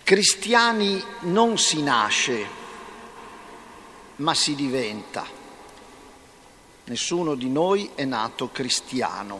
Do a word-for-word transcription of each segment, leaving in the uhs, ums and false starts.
Cristiani non si nasce, ma si diventa. Nessuno di noi è nato cristiano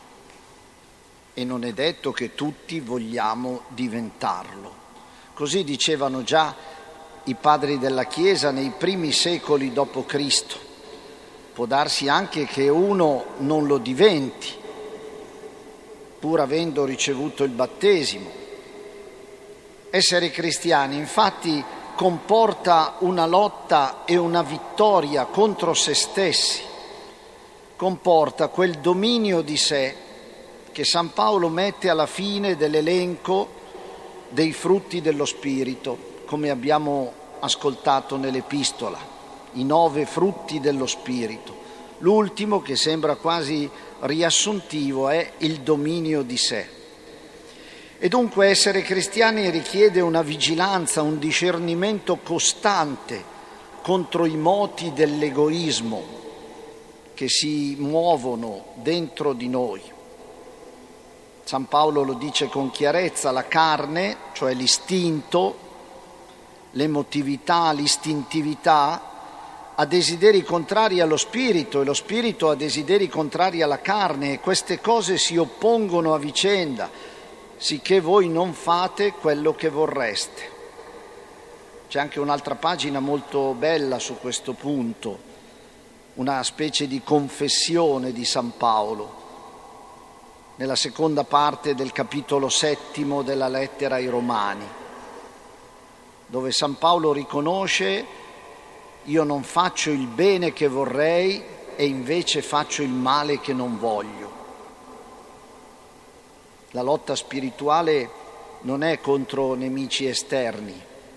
e non è detto che tutti vogliamo diventarlo. Così dicevano già i padri della Chiesa nei primi secoli dopo Cristo. Può darsi anche che uno non lo diventi, pur avendo ricevuto il battesimo. Essere cristiani, infatti, comporta una lotta e una vittoria contro se stessi, comporta quel dominio di sé che San Paolo mette alla fine dell'elenco dei frutti dello Spirito, come abbiamo ascoltato nell'Epistola, i nove frutti dello Spirito. L'ultimo, che sembra quasi riassuntivo, è il dominio di sé. E dunque essere cristiani richiede una vigilanza, un discernimento costante contro i moti dell'egoismo che si muovono dentro di noi. San Paolo lo dice con chiarezza: la carne, cioè l'istinto, l'emotività, l'istintività, ha desideri contrari allo spirito e lo spirito ha desideri contrari alla carne, e queste cose si oppongono a vicenda, sicché voi non fate quello che vorreste. C'è anche un'altra pagina molto bella su questo punto, una specie di confessione di San Paolo, nella seconda parte del capitolo settimo della lettera ai Romani, dove San Paolo riconosce: io non faccio il bene che vorrei e invece faccio il male che non voglio. La lotta spirituale non è contro nemici esterni,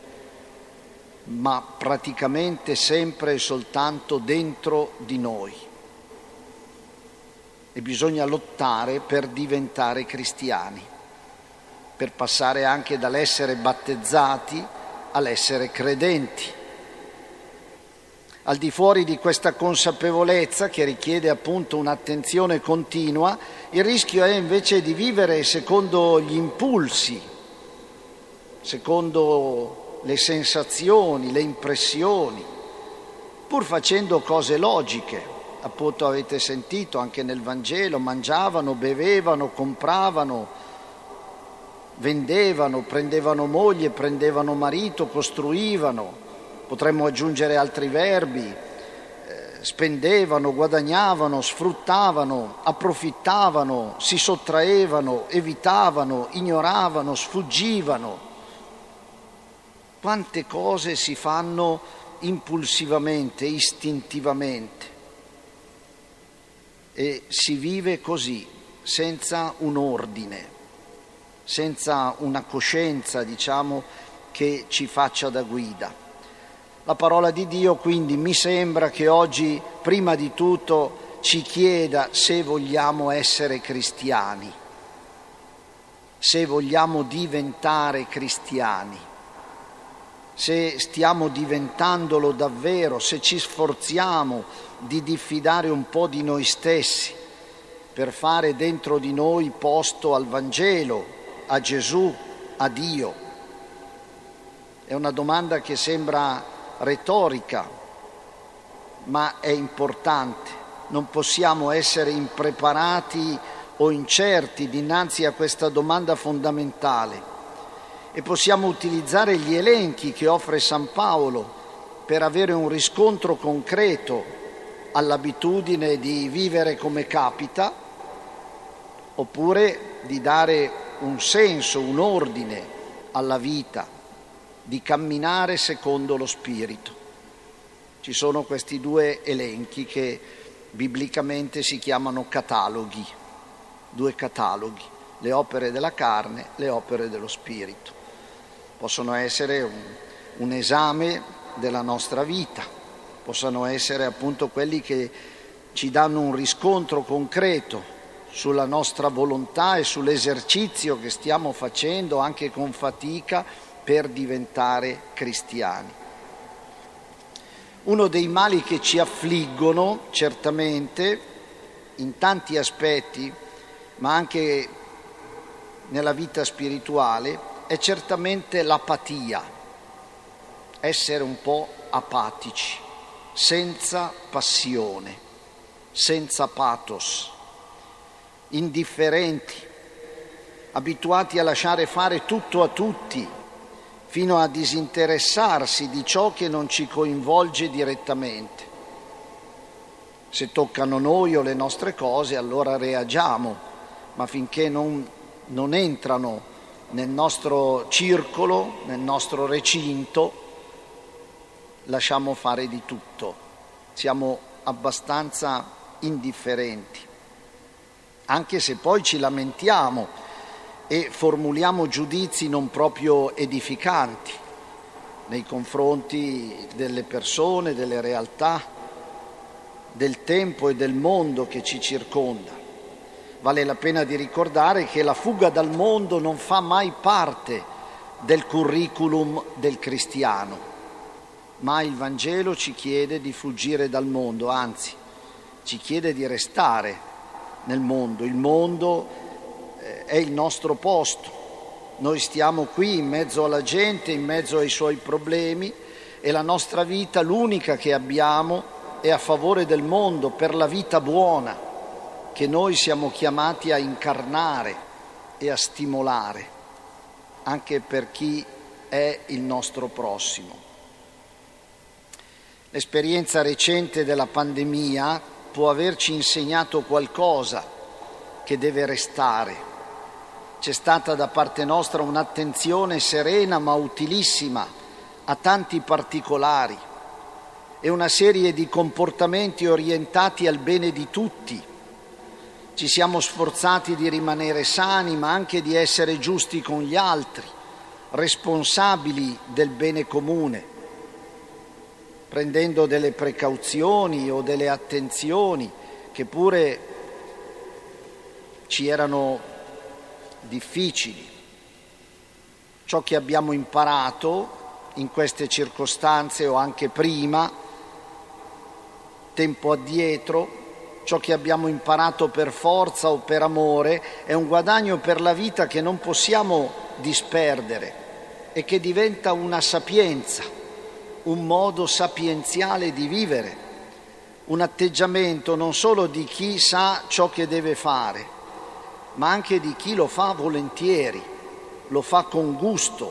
ma praticamente sempre e soltanto dentro di noi. E bisogna lottare per diventare cristiani, per passare anche dall'essere battezzati all'essere credenti. Al di fuori di questa consapevolezza, che richiede appunto un'attenzione continua, il rischio è invece di vivere secondo gli impulsi, secondo le sensazioni, le impressioni, pur facendo cose logiche. Appunto, avete sentito anche nel Vangelo: mangiavano, bevevano, compravano, vendevano, prendevano moglie, prendevano marito, costruivano. Potremmo aggiungere altri verbi: eh, spendevano, guadagnavano, sfruttavano, approfittavano, si sottraevano, evitavano, ignoravano, sfuggivano. Quante cose si fanno impulsivamente, istintivamente, e si vive così, senza un ordine, senza una coscienza, diciamo, che ci faccia da guida. La parola di Dio quindi mi sembra che oggi prima di tutto ci chieda se vogliamo essere cristiani, se vogliamo diventare cristiani, se stiamo diventandolo davvero, se ci sforziamo di diffidare un po' di noi stessi per fare dentro di noi posto al Vangelo, a Gesù, a Dio. È una domanda che sembra retorica, ma è importante. Non possiamo essere impreparati o incerti dinanzi a questa domanda fondamentale, e possiamo utilizzare gli elenchi che offre San Paolo per avere un riscontro concreto all'abitudine di vivere come capita, oppure di dare un senso, un ordine alla vita, di camminare secondo lo Spirito. Ci sono questi due elenchi che biblicamente si chiamano cataloghi, due cataloghi: le opere della carne, le opere dello Spirito. Possono essere un, un esame della nostra vita, possono essere appunto quelli che ci danno un riscontro concreto sulla nostra volontà e sull'esercizio che stiamo facendo anche con fatica per diventare cristiani. Uno dei mali che ci affliggono, certamente, in tanti aspetti, ma anche nella vita spirituale, è certamente l'apatia, essere un po' apatici, senza passione, senza pathos, indifferenti, abituati a lasciare fare tutto a tutti, fino a disinteressarsi di ciò che non ci coinvolge direttamente. Se toccano noi o le nostre cose, allora reagiamo, ma finché non, non entrano nel nostro circolo, nel nostro recinto, lasciamo fare di tutto. Siamo abbastanza indifferenti, anche se poi ci lamentiamo e formuliamo giudizi non proprio edificanti nei confronti delle persone, delle realtà, del tempo e del mondo che ci circonda. Vale la pena di ricordare che la fuga dal mondo non fa mai parte del curriculum del cristiano. Mai il Vangelo ci chiede di fuggire dal mondo, anzi, ci chiede di restare nel mondo. Il mondo è il nostro posto. Noi stiamo qui in mezzo alla gente, in mezzo ai suoi problemi, e la nostra vita, l'unica che abbiamo, è a favore del mondo, per la vita buona che noi siamo chiamati a incarnare e a stimolare, anche per chi è il nostro prossimo. L'esperienza recente della pandemia può averci insegnato qualcosa che deve restare. C'è stata da parte nostra un'attenzione serena ma utilissima a tanti particolari e una serie di comportamenti orientati al bene di tutti. Ci siamo sforzati di rimanere sani, ma anche di essere giusti con gli altri, responsabili del bene comune, prendendo delle precauzioni o delle attenzioni che pure ci erano difficili. Ciò che abbiamo imparato in queste circostanze o anche prima, tempo addietro, ciò che abbiamo imparato per forza o per amore, è un guadagno per la vita che non possiamo disperdere e che diventa una sapienza, un modo sapienziale di vivere, un atteggiamento non solo di chi sa ciò che deve fare, ma anche di chi lo fa volentieri, lo fa con gusto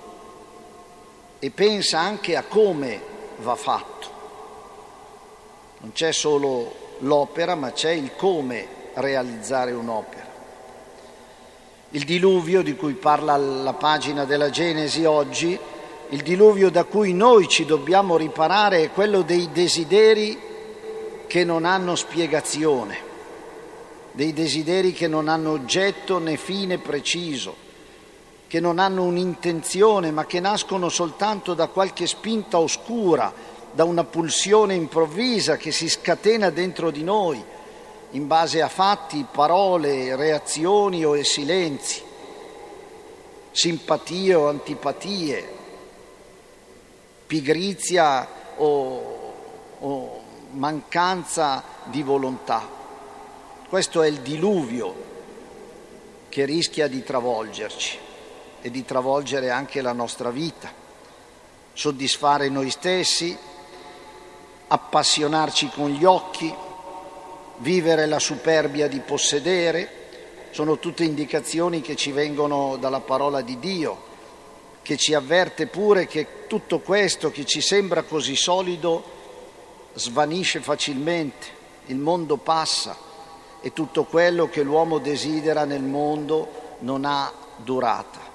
e pensa anche a come va fatto. Non c'è solo l'opera, ma c'è il come realizzare un'opera. Il diluvio di cui parla la pagina della Genesi oggi, il diluvio da cui noi ci dobbiamo riparare, è quello dei desideri che non hanno spiegazione, dei desideri che non hanno oggetto né fine preciso, che non hanno un'intenzione, ma che nascono soltanto da qualche spinta oscura, da una pulsione improvvisa che si scatena dentro di noi in base a fatti, parole, reazioni o silenzi, simpatie o antipatie, pigrizia o, o mancanza di volontà. Questo è il diluvio che rischia di travolgerci e di travolgere anche la nostra vita, soddisfare noi stessi, appassionarci con gli occhi, vivere la superbia di possedere, sono tutte indicazioni che ci vengono dalla parola di Dio, che ci avverte pure che tutto questo che ci sembra così solido svanisce facilmente, il mondo passa e tutto quello che l'uomo desidera nel mondo non ha durata.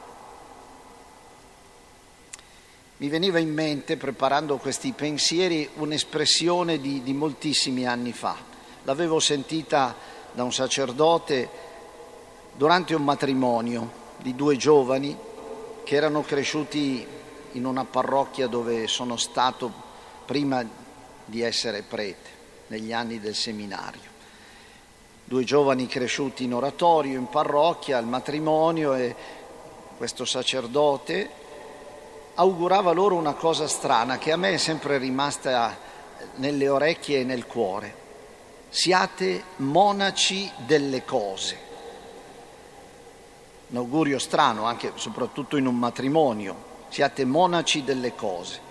Mi veniva in mente, preparando questi pensieri, un'espressione di, di moltissimi anni fa. L'avevo sentita da un sacerdote durante un matrimonio di due giovani che erano cresciuti in una parrocchia dove sono stato prima di essere prete, negli anni del seminario. Due giovani cresciuti in oratorio, in parrocchia, al matrimonio, e questo sacerdote augurava loro una cosa strana che a me è sempre rimasta nelle orecchie e nel cuore: siate monaci delle cose. un augurio strano, anche soprattutto in un matrimonio, siate monaci delle cose.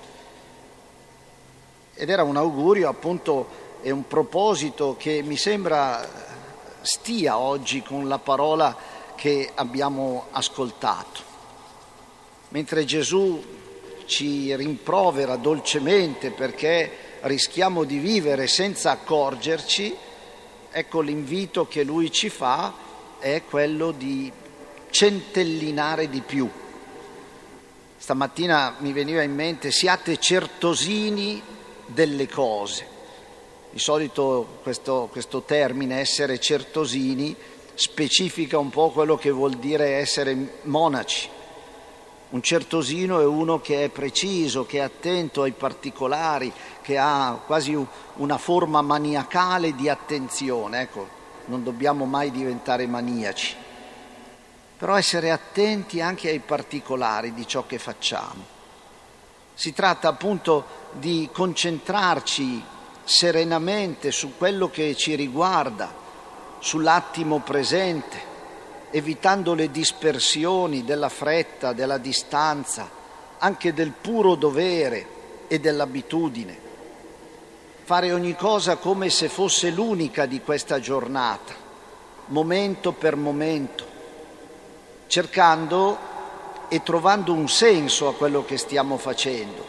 Ed era un augurio, appunto, e un proposito che mi sembra stia oggi con la parola che abbiamo ascoltato. Mentre Gesù ci rimprovera dolcemente perché rischiamo di vivere senza accorgerci, ecco l'invito che Lui ci fa è quello di centellinare di più. Stamattina mi veniva in mente: siate certosini delle cose. Di solito questo, questo termine, essere certosini, specifica un po' quello che vuol dire essere monaci. Un certosino è uno che è preciso, che è attento ai particolari, che ha quasi una forma maniacale di attenzione. Ecco, non dobbiamo mai diventare maniaci, però essere attenti anche ai particolari di ciò che facciamo. Si tratta appunto di concentrarci serenamente su quello che ci riguarda, sull'attimo presente, evitando le dispersioni della fretta, della distanza, anche del puro dovere e dell'abitudine. Fare ogni cosa come se fosse l'unica di questa giornata, momento per momento, cercando e trovando un senso a quello che stiamo facendo,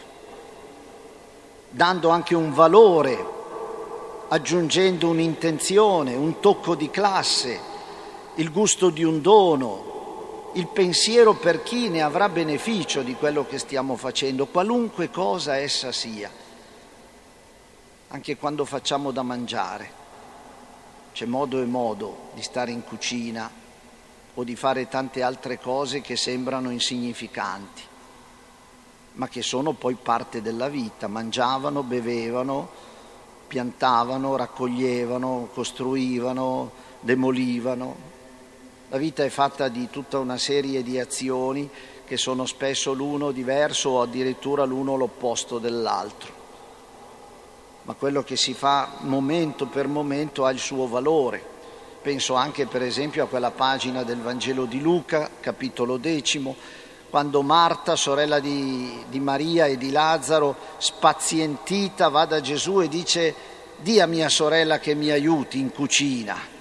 dando anche un valore, aggiungendo un'intenzione, un tocco di classe, il gusto di un dono, il pensiero per chi ne avrà beneficio di quello che stiamo facendo, qualunque cosa essa sia. Anche quando facciamo da mangiare, c'è modo e modo di stare in cucina o di fare tante altre cose che sembrano insignificanti, ma che sono poi parte della vita. Mangiavano, bevevano, piantavano, raccoglievano, costruivano, demolivano. La vita è fatta di tutta una serie di azioni che sono spesso l'uno diverso o addirittura l'uno l'opposto dell'altro. Ma quello che si fa momento per momento ha il suo valore. Penso anche per esempio a quella pagina del Vangelo di Luca, capitolo decimo, quando Marta, sorella di, di Maria e di Lazzaro, spazientita, va da Gesù e dice: «Dì a mia sorella che mi aiuti in cucina».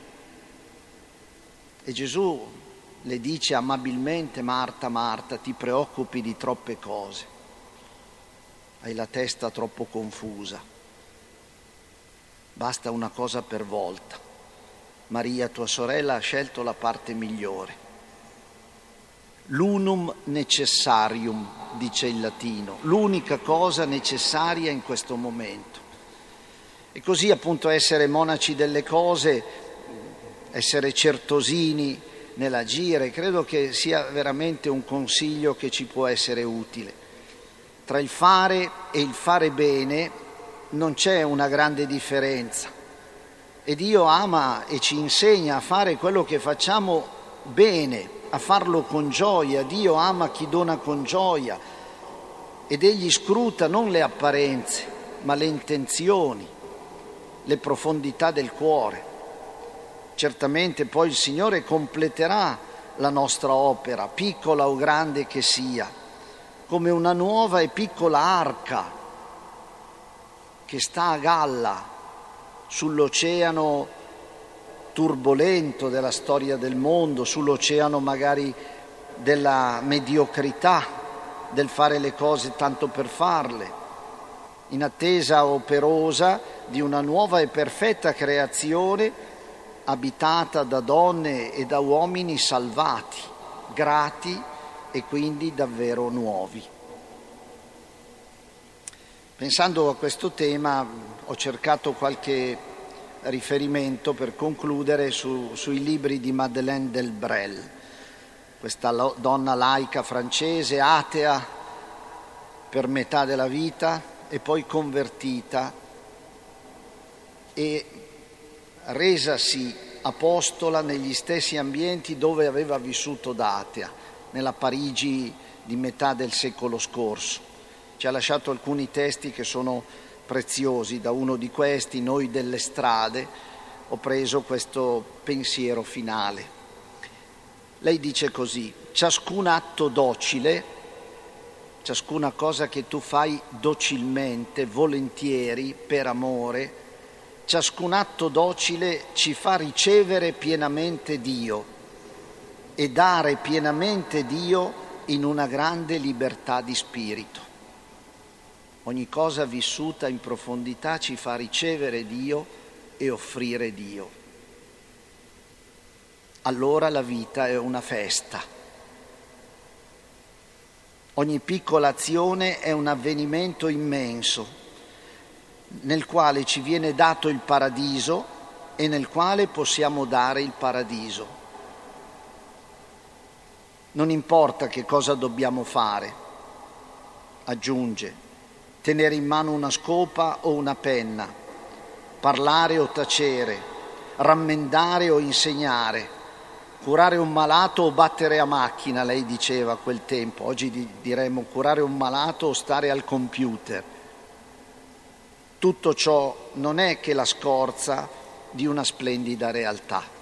E Gesù le dice amabilmente: «Marta, Marta, ti preoccupi di troppe cose, hai la testa troppo confusa, basta una cosa per volta. Maria, tua sorella, ha scelto la parte migliore. L'unum necessarium», dice il latino, l'unica cosa necessaria in questo momento. E così appunto essere monaci delle cose, essere certosini nell'agire, credo che sia veramente un consiglio che ci può essere utile. Tra il fare e il fare bene non c'è una grande differenza. E Dio ama e ci insegna a fare quello che facciamo bene, a farlo con gioia. Dio ama chi dona con gioia ed Egli scruta non le apparenze, ma le intenzioni, le profondità del cuore. Certamente poi il Signore completerà la nostra opera, piccola o grande che sia, come una nuova e piccola arca che sta a galla sull'oceano turbolento della storia del mondo, sull'oceano magari della mediocrità, del fare le cose tanto per farle, in attesa operosa di una nuova e perfetta creazione abitata da donne e da uomini salvati, grati e quindi davvero nuovi. Pensando a questo tema ho cercato qualche riferimento per concludere su, sui libri di Madeleine Delbrel, questa lo, donna laica francese, atea per metà della vita e poi convertita e resasi apostola negli stessi ambienti dove aveva vissuto da atea, nella Parigi di metà del secolo scorso. Ci ha lasciato alcuni testi che sono preziosi. Da uno di questi, Noi delle strade, ho preso questo pensiero finale. Lei dice così: ciascun atto docile, ciascuna cosa che tu fai docilmente, volentieri, per amore, ciascun atto docile ci fa ricevere pienamente Dio e dare pienamente Dio in una grande libertà di spirito. Ogni cosa vissuta in profondità ci fa ricevere Dio e offrire Dio. Allora la vita è una festa. Ogni piccola azione è un avvenimento immenso nel quale ci viene dato il paradiso e nel quale possiamo dare il paradiso. Non importa che cosa dobbiamo fare, aggiunge, tenere in mano una scopa o una penna, parlare o tacere, rammendare o insegnare, curare un malato o battere a macchina, lei diceva a quel tempo. Oggi diremmo curare un malato o stare al computer. Tutto ciò non è che la scorza di una splendida realtà.